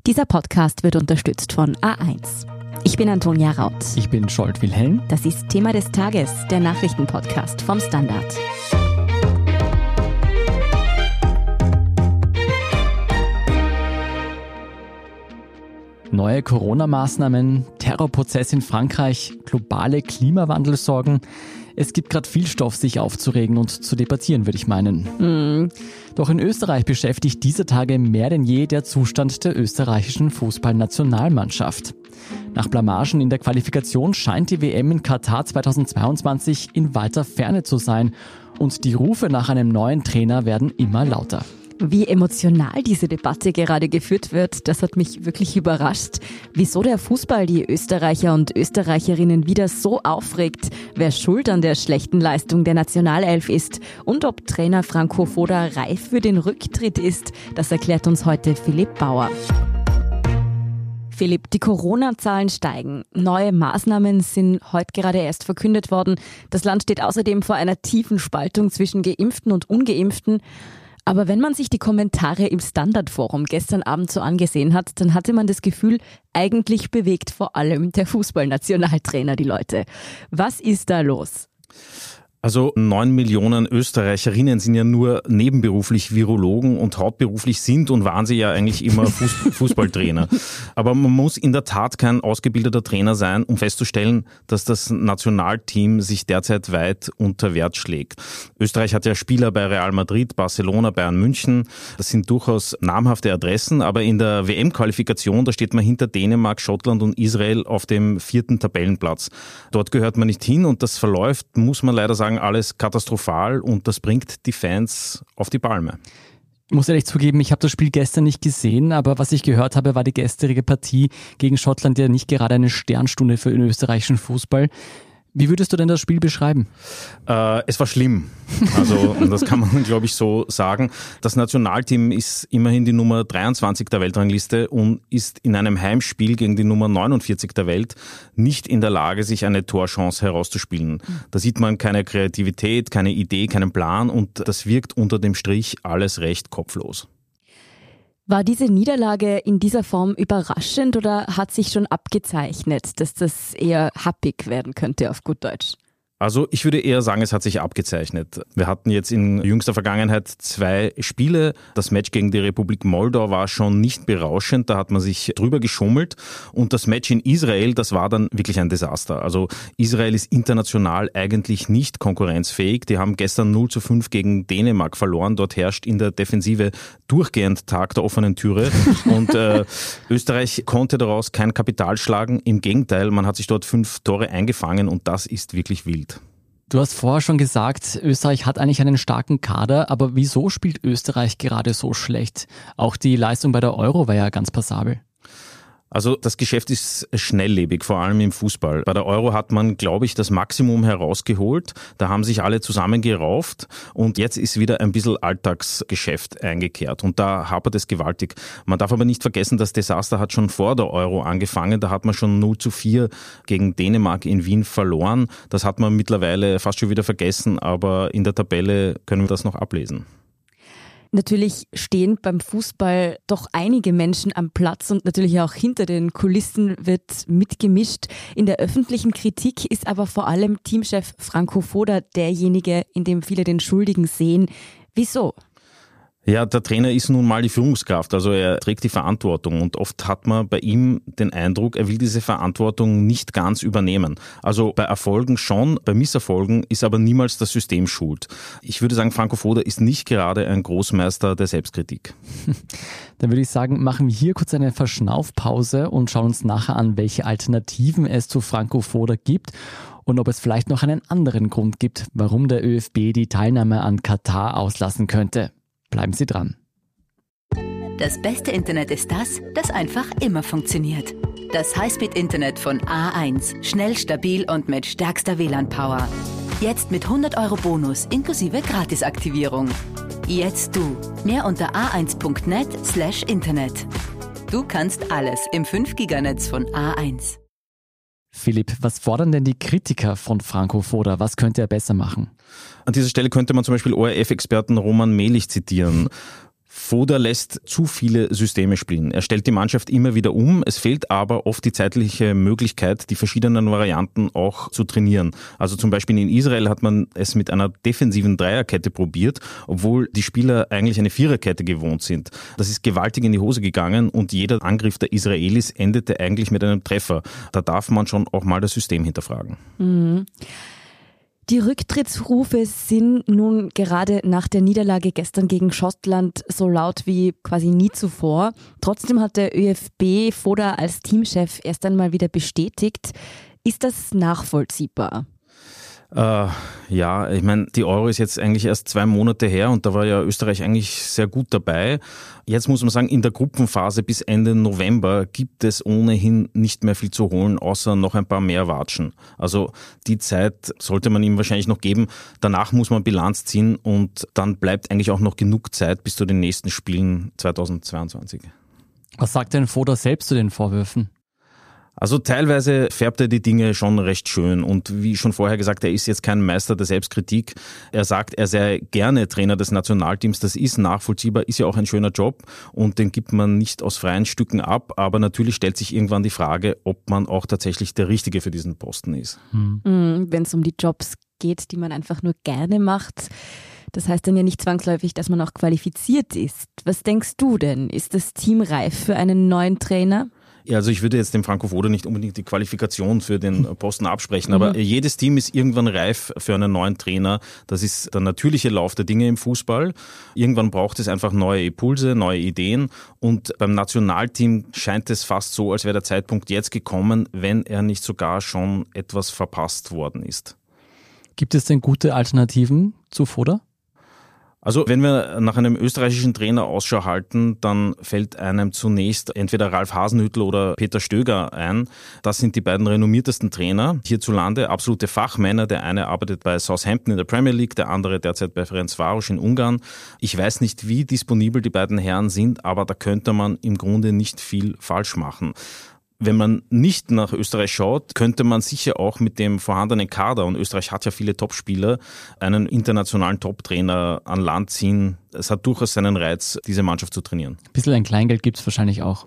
Dieser Podcast wird unterstützt von A1. Ich bin Antonia Raut. Ich bin Scholt Wilhelm. Das ist Thema des Tages, der Nachrichtenpodcast vom Standard. Neue Corona-Maßnahmen, Terrorprozess in Frankreich, globale Klimawandelsorgen. Es gibt gerade viel Stoff, sich aufzuregen und zu debattieren, würde ich meinen. Doch in Österreich beschäftigt dieser Tage mehr denn je der Zustand der österreichischen Fußballnationalmannschaft. Nach Blamagen in der Qualifikation scheint die WM in Katar 2022 in weiter Ferne zu sein und die Rufe nach einem neuen Trainer werden immer lauter. Wie emotional diese Debatte gerade geführt wird, das hat mich wirklich überrascht. Wieso der Fußball die Österreicher und Österreicherinnen wieder so aufregt, wer schuld an der schlechten Leistung der Nationalelf ist und ob Trainer Franco Foda reif für den Rücktritt ist, das erklärt uns heute Philipp Bauer. Philipp, die Corona-Zahlen steigen. Neue Maßnahmen sind heute gerade erst verkündet worden. Das Land steht außerdem vor einer tiefen Spaltung zwischen Geimpften und Ungeimpften. Aber wenn man sich die Kommentare im Standardforum gestern Abend so angesehen hat, dann hatte man das Gefühl, eigentlich bewegt vor allem der Fußballnationaltrainer die Leute. Was ist da los? Also 9 Millionen Österreicherinnen sind ja nur nebenberuflich Virologen und hauptberuflich sind und waren sie ja eigentlich immer Fußballtrainer. Aber man muss in der Tat kein ausgebildeter Trainer sein, um festzustellen, dass das Nationalteam sich derzeit weit unter Wert schlägt. Österreich hat ja Spieler bei Real Madrid, Barcelona, Bayern München. Das sind durchaus namhafte Adressen, aber in der WM-Qualifikation, da steht man hinter Dänemark, Schottland und Israel auf dem 4. Tabellenplatz. Dort gehört man nicht hin und das verläuft, muss man leider sagen, alles katastrophal und das bringt die Fans auf die Palme. Ich muss ehrlich zugeben, ich habe das Spiel gestern nicht gesehen, aber was ich gehört habe, war die gestrige Partie gegen Schottland ja nicht gerade eine Sternstunde für den österreichischen Fußball. Wie würdest du denn das Spiel beschreiben? Es war schlimm. Also das kann man, glaube ich, so sagen. Das Nationalteam ist immerhin die Nummer 23 der Weltrangliste und ist in einem Heimspiel gegen die Nummer 49 der Welt nicht in der Lage, sich eine Torchance herauszuspielen. Da sieht man keine Kreativität, keine Idee, keinen Plan und das wirkt unter dem Strich alles recht kopflos. War diese Niederlage in dieser Form überraschend oder hat sich schon abgezeichnet, dass das eher happig werden könnte auf gut Deutsch? Also ich würde eher sagen, es hat sich abgezeichnet. Wir hatten jetzt in jüngster Vergangenheit 2 Spiele. Das Match gegen die Republik Moldau war schon nicht berauschend, da hat man sich drüber geschummelt. Und das Match in Israel, das war dann wirklich ein Desaster. Also Israel ist international eigentlich nicht konkurrenzfähig. Die haben gestern 0:5 gegen Dänemark verloren. Dort herrscht in der Defensive durchgehend Tag der offenen Türe. Und Österreich konnte daraus kein Kapital schlagen. Im Gegenteil, man hat sich dort 5 Tore eingefangen und das ist wirklich wild. Du hast vorher schon gesagt, Österreich hat eigentlich einen starken Kader, aber wieso spielt Österreich gerade so schlecht? Auch die Leistung bei der Euro war ja ganz passabel. Also das Geschäft ist schnelllebig, vor allem im Fußball. Bei der Euro hat man, glaube ich, das Maximum herausgeholt. Da haben sich alle zusammengerauft und jetzt ist wieder ein bisschen Alltagsgeschäft eingekehrt und da hapert es gewaltig. Man darf aber nicht vergessen, das Desaster hat schon vor der Euro angefangen. Da hat man schon 0:4 gegen Dänemark in Wien verloren. Das hat man mittlerweile fast schon wieder vergessen, aber in der Tabelle können wir das noch ablesen. Natürlich stehen beim Fußball doch einige Menschen am Platz und natürlich auch hinter den Kulissen wird mitgemischt. In der öffentlichen Kritik ist aber vor allem Teamchef Franco Foda derjenige, in dem viele den Schuldigen sehen. Wieso? Ja, der Trainer ist nun mal die Führungskraft, also er trägt die Verantwortung und oft hat man bei ihm den Eindruck, er will diese Verantwortung nicht ganz übernehmen. Also bei Erfolgen schon, bei Misserfolgen ist aber niemals das System schuld. Ich würde sagen, Franco Foda ist nicht gerade ein Großmeister der Selbstkritik. Dann würde ich sagen, machen wir hier kurz eine Verschnaufpause und schauen uns nachher an, welche Alternativen es zu Franco Foda gibt und ob es vielleicht noch einen anderen Grund gibt, warum der ÖFB die Teilnahme an Katar auslassen könnte. Bleiben Sie dran. Das beste Internet ist das einfach immer funktioniert. Das Highspeed-Internet von A1. Schnell, stabil und mit stärkster WLAN-Power. Jetzt mit 100 € Bonus inklusive Gratisaktivierung. Jetzt du. Mehr unter a1.net/Internet. Du kannst alles im 5-Giganetz von A1. Philipp, was fordern denn die Kritiker von Franco Foda? Was könnte er besser machen? An dieser Stelle könnte man zum Beispiel ORF-Experten Roman Melich zitieren. Foda lässt zu viele Systeme spielen. Er stellt die Mannschaft immer wieder um. Es fehlt aber oft die zeitliche Möglichkeit, die verschiedenen Varianten auch zu trainieren. Also zum Beispiel in Israel hat man es mit einer defensiven Dreierkette probiert, obwohl die Spieler eigentlich eine Viererkette gewohnt sind. Das ist gewaltig in die Hose gegangen und jeder Angriff der Israelis endete eigentlich mit einem Treffer. Da darf man schon auch mal das System hinterfragen. Mhm. Die Rücktrittsrufe sind nun gerade nach der Niederlage gestern gegen Schottland so laut wie quasi nie zuvor. Trotzdem hat der ÖFB Foda als Teamchef erst einmal wieder bestätigt. Ist das nachvollziehbar? Ja, ich meine, die Euro ist jetzt eigentlich erst 2 Monate her und da war ja Österreich eigentlich sehr gut dabei. Jetzt muss man sagen, in der Gruppenphase bis Ende November gibt es ohnehin nicht mehr viel zu holen, außer noch ein paar mehr Watschen. Also die Zeit sollte man ihm wahrscheinlich noch geben. Danach muss man Bilanz ziehen und dann bleibt eigentlich auch noch genug Zeit bis zu den nächsten Spielen 2022. Was sagt denn Foda selbst zu den Vorwürfen? Also teilweise färbt er die Dinge schon recht schön und wie schon vorher gesagt, er ist jetzt kein Meister der Selbstkritik. Er sagt, er sei gerne Trainer des Nationalteams, das ist nachvollziehbar, ist ja auch ein schöner Job und den gibt man nicht aus freien Stücken ab, aber natürlich stellt sich irgendwann die Frage, ob man auch tatsächlich der Richtige für diesen Posten ist. Wenn es um die Jobs geht, die man einfach nur gerne macht, das heißt dann ja nicht zwangsläufig, dass man auch qualifiziert ist. Was denkst du denn? Ist das Team reif für einen neuen Trainer? Ja, also ich würde jetzt dem Franco Foda nicht unbedingt die Qualifikation für den Posten absprechen, aber jedes Team ist irgendwann reif für einen neuen Trainer. Das ist der natürliche Lauf der Dinge im Fußball. Irgendwann braucht es einfach neue Impulse, neue Ideen und beim Nationalteam scheint es fast so, als wäre der Zeitpunkt jetzt gekommen, wenn er nicht sogar schon etwas verpasst worden ist. Gibt es denn gute Alternativen zu Foda? Also wenn wir nach einem österreichischen Trainer Ausschau halten, dann fällt einem zunächst entweder Ralf Hasenhüttl oder Peter Stöger ein. Das sind die beiden renommiertesten Trainer hierzulande, absolute Fachmänner. Der eine arbeitet bei Southampton in der Premier League, der andere derzeit bei Ferencváros in Ungarn. Ich weiß nicht, wie disponibel die beiden Herren sind, aber da könnte man im Grunde nicht viel falsch machen. Wenn man nicht nach Österreich schaut, könnte man sicher auch mit dem vorhandenen Kader, und Österreich hat ja viele Topspieler, einen internationalen Top-Trainer an Land ziehen. Es hat durchaus seinen Reiz, diese Mannschaft zu trainieren. Ein bisschen ein Kleingeld gibt es wahrscheinlich auch.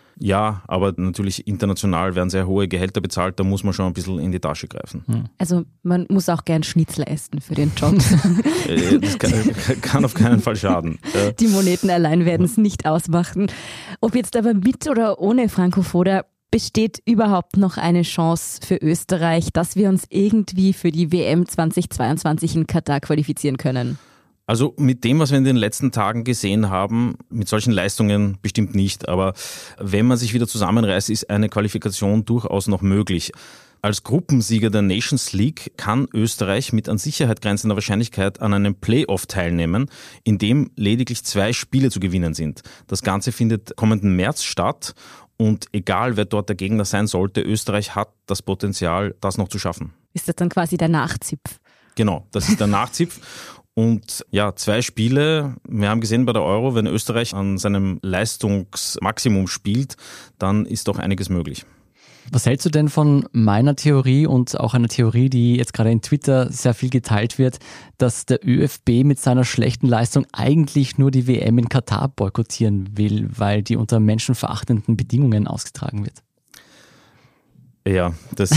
Ja, aber natürlich international werden sehr hohe Gehälter bezahlt, da muss man schon ein bisschen in die Tasche greifen. Also man muss auch gern Schnitzel essen für den Job. Das kann auf keinen Fall schaden. Die Moneten allein werden es nicht ausmachen. Ob jetzt aber mit oder ohne Franco Foda, besteht überhaupt noch eine Chance für Österreich, dass wir uns irgendwie für die WM 2022 in Katar qualifizieren können? Also mit dem, was wir in den letzten Tagen gesehen haben, mit solchen Leistungen bestimmt nicht. Aber wenn man sich wieder zusammenreißt, ist eine Qualifikation durchaus noch möglich. Als Gruppensieger der Nations League kann Österreich mit an Sicherheit grenzender Wahrscheinlichkeit an einem Playoff teilnehmen, in dem lediglich 2 Spiele zu gewinnen sind. Das Ganze findet kommenden März statt und egal wer dort der Gegner sein sollte, Österreich hat das Potenzial, das noch zu schaffen. Ist das dann quasi der Nachzipf? Genau, das ist der Nachzipf. Und ja, 2 Spiele, wir haben gesehen bei der Euro, wenn Österreich an seinem Leistungsmaximum spielt, dann ist doch einiges möglich. Was hältst du denn von meiner Theorie und auch einer Theorie, die jetzt gerade in Twitter sehr viel geteilt wird, dass der ÖFB mit seiner schlechten Leistung eigentlich nur die WM in Katar boykottieren will, weil die unter menschenverachtenden Bedingungen ausgetragen wird? Ja, das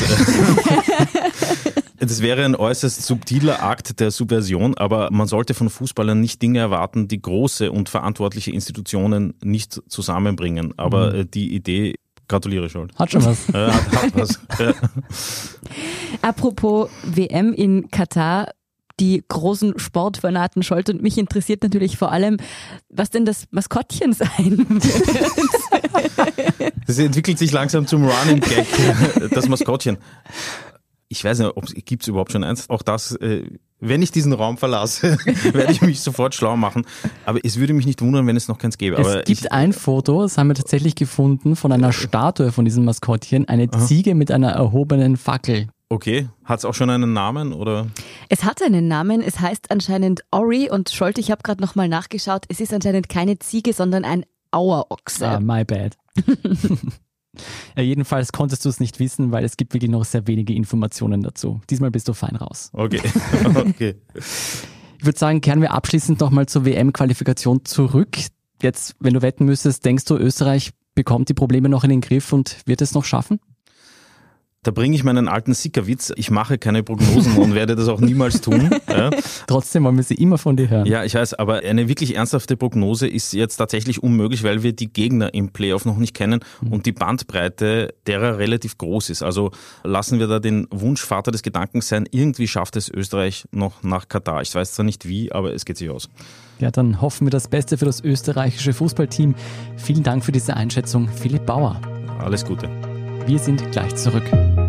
wäre ein äußerst subtiler Akt der Subversion, aber man sollte von Fußballern nicht Dinge erwarten, die große und verantwortliche Institutionen nicht zusammenbringen. Aber die Idee, gratuliere schon. Hat schon was. Hat was. Ja. Apropos WM in Katar, die großen Sportfanaten Scholt und mich interessiert natürlich vor allem, was denn das Maskottchen sein wird. Das entwickelt sich langsam zum Running Gag, das Maskottchen. Ich weiß nicht, gibt es überhaupt schon eins? Auch das, wenn ich diesen Raum verlasse, werde ich mich sofort schlau machen. Aber es würde mich nicht wundern, wenn es noch keins gäbe. Es gibt ein Foto, das haben wir tatsächlich gefunden, von einer Statue von diesem Maskottchen, eine Ziege mit einer erhobenen Fackel. Okay, hat es auch schon einen Namen, oder? Es hat einen Namen, es heißt anscheinend Ori und Scholt, ich habe gerade nochmal nachgeschaut, es ist anscheinend keine Ziege, sondern ein Auerochse. Ah, my bad. Ja, jedenfalls konntest du es nicht wissen, weil es gibt wirklich noch sehr wenige Informationen dazu. Diesmal bist du fein raus. Okay. Ich würde sagen, kehren wir abschließend noch mal zur WM-Qualifikation zurück. Jetzt, wenn du wetten müsstest, denkst du, Österreich bekommt die Probleme noch in den Griff und wird es noch schaffen? Da bringe ich meinen alten Sickerwitz. Ich mache keine Prognosen und werde das auch niemals tun. Ja. Trotzdem wollen wir sie immer von dir hören. Ja, ich weiß, aber eine wirklich ernsthafte Prognose ist jetzt tatsächlich unmöglich, weil wir die Gegner im Playoff noch nicht kennen und die Bandbreite derer relativ groß ist. Also lassen wir da den Wunschvater des Gedankens sein, irgendwie schafft es Österreich noch nach Katar. Ich weiß zwar nicht wie, aber es geht sich aus. Ja, dann hoffen wir das Beste für das österreichische Fußballteam. Vielen Dank für diese Einschätzung, Philipp Bauer. Alles Gute. Wir sind gleich zurück.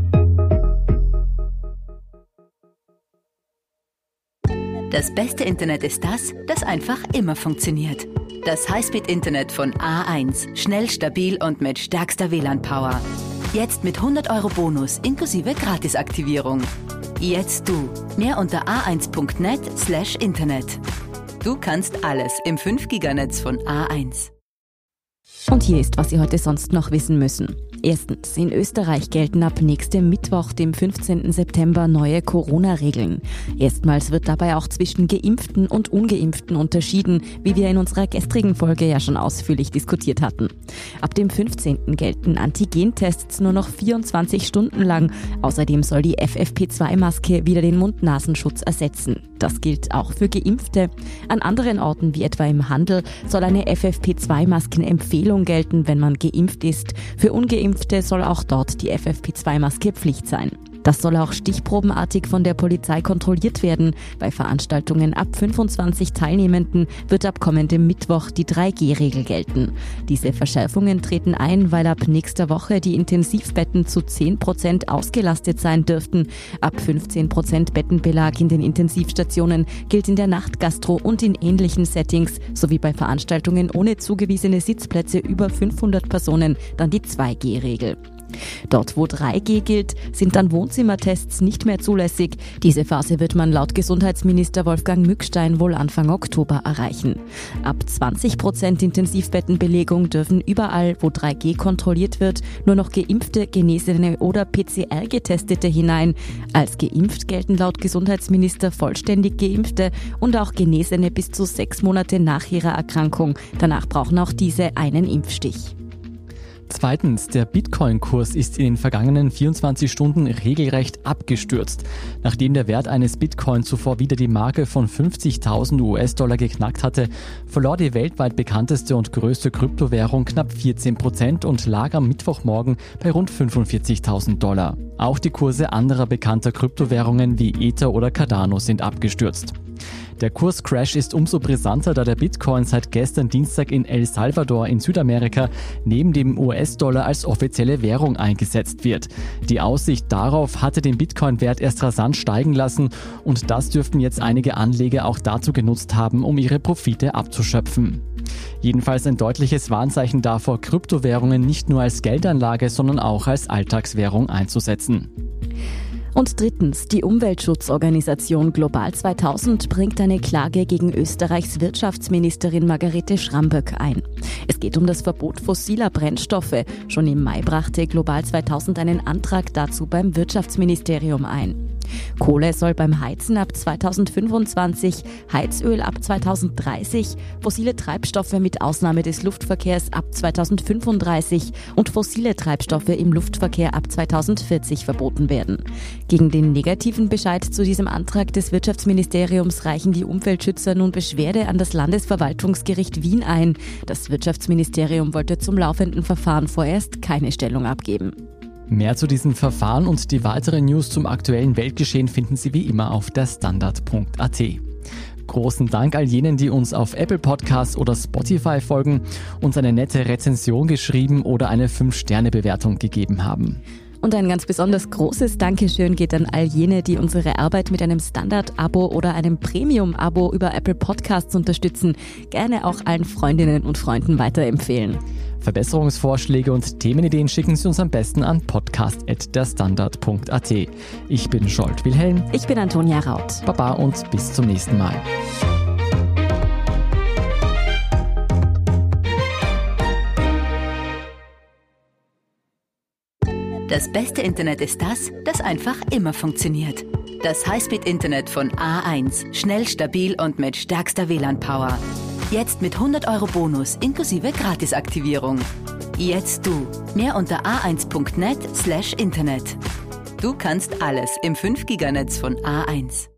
Das beste Internet ist das einfach immer funktioniert. Das Highspeed-Internet von A1. Schnell, stabil und mit stärkster WLAN-Power. Jetzt mit 100 € Bonus inklusive Gratisaktivierung. Jetzt du. Mehr unter a1.net/Internet. Du kannst alles im 5-Giganetz von A1. Und hier ist, was Sie heute sonst noch wissen müssen. Erstens, in Österreich gelten ab nächstem Mittwoch, dem 15. September, neue Corona-Regeln. Erstmals wird dabei auch zwischen Geimpften und Ungeimpften unterschieden, wie wir in unserer gestrigen Folge ja schon ausführlich diskutiert hatten. Ab dem 15. gelten Antigentests nur noch 24 Stunden lang. Außerdem soll die FFP2-Maske wieder den Mund-Nasenschutz ersetzen. Das gilt auch für Geimpfte. An anderen Orten, wie etwa im Handel, soll eine FFP2-Maskenempfehlung gelten, wenn man geimpft ist. Für Ungeimpfte soll auch dort die FFP2-Maske Pflicht sein. Das soll auch stichprobenartig von der Polizei kontrolliert werden. Bei Veranstaltungen ab 25 Teilnehmenden wird ab kommendem Mittwoch die 3G-Regel gelten. Diese Verschärfungen treten ein, weil ab nächster Woche die Intensivbetten zu 10% ausgelastet sein dürften. Ab 15% Bettenbelag in den Intensivstationen gilt in der Nachtgastro und in ähnlichen Settings sowie bei Veranstaltungen ohne zugewiesene Sitzplätze über 500 Personen dann die 2G-Regel. Dort, wo 3G gilt, sind dann Wohnzimmertests nicht mehr zulässig. Diese Phase wird man laut Gesundheitsminister Wolfgang Mückstein wohl Anfang Oktober erreichen. Ab 20% Intensivbettenbelegung dürfen überall, wo 3G kontrolliert wird, nur noch Geimpfte, Genesene oder PCR-Getestete hinein. Als geimpft gelten laut Gesundheitsminister vollständig Geimpfte und auch Genesene bis zu 6 Monate nach ihrer Erkrankung. Danach brauchen auch diese einen Impfstich. Zweitens, der Bitcoin-Kurs ist in den vergangenen 24 Stunden regelrecht abgestürzt. Nachdem der Wert eines Bitcoin zuvor wieder die Marke von 50.000 US-Dollar geknackt hatte, verlor die weltweit bekannteste und größte Kryptowährung knapp 14% und lag am Mittwochmorgen bei rund 45.000 Dollar. Auch die Kurse anderer bekannter Kryptowährungen wie Ether oder Cardano sind abgestürzt. Der Kurscrash ist umso brisanter, da der Bitcoin seit gestern Dienstag in El Salvador in Südamerika neben dem US-Dollar als offizielle Währung eingesetzt wird. Die Aussicht darauf hatte den Bitcoin-Wert erst rasant steigen lassen und das dürften jetzt einige Anleger auch dazu genutzt haben, um ihre Profite abzuschöpfen. Jedenfalls ein deutliches Warnzeichen davor, Kryptowährungen nicht nur als Geldanlage, sondern auch als Alltagswährung einzusetzen. Und drittens, die Umweltschutzorganisation Global 2000 bringt eine Klage gegen Österreichs Wirtschaftsministerin Margarete Schramböck ein. Es geht um das Verbot fossiler Brennstoffe. Schon im Mai brachte Global 2000 einen Antrag dazu beim Wirtschaftsministerium ein. Kohle soll beim Heizen ab 2025, Heizöl ab 2030, fossile Treibstoffe mit Ausnahme des Luftverkehrs ab 2035 und fossile Treibstoffe im Luftverkehr ab 2040 verboten werden. Gegen den negativen Bescheid zu diesem Antrag des Wirtschaftsministeriums reichen die Umweltschützer nun Beschwerde an das Landesverwaltungsgericht Wien ein. Das Wirtschaftsministerium wollte zum laufenden Verfahren vorerst keine Stellung abgeben. Mehr zu diesem Verfahren und die weiteren News zum aktuellen Weltgeschehen finden Sie wie immer auf derstandard.at. Großen Dank all jenen, die uns auf Apple Podcasts oder Spotify folgen, uns eine nette Rezension geschrieben oder eine 5-Sterne-Bewertung gegeben haben. Und ein ganz besonders großes Dankeschön geht an all jene, die unsere Arbeit mit einem Standard-Abo oder einem Premium-Abo über Apple Podcasts unterstützen. Gerne auch allen Freundinnen und Freunden weiterempfehlen. Verbesserungsvorschläge und Themenideen schicken Sie uns am besten an podcast@derstandard.at. Ich bin Scholt Wilhelm. Ich bin Antonia Raut. Baba und bis zum nächsten Mal. Das beste Internet ist das einfach immer funktioniert. Das Highspeed-Internet von A1. Schnell, stabil und mit stärkster WLAN-Power. Jetzt mit 100 € Bonus inklusive Gratisaktivierung. Jetzt du. Mehr unter a1.net/Internet. Du kannst alles im 5-Giganetz von A1.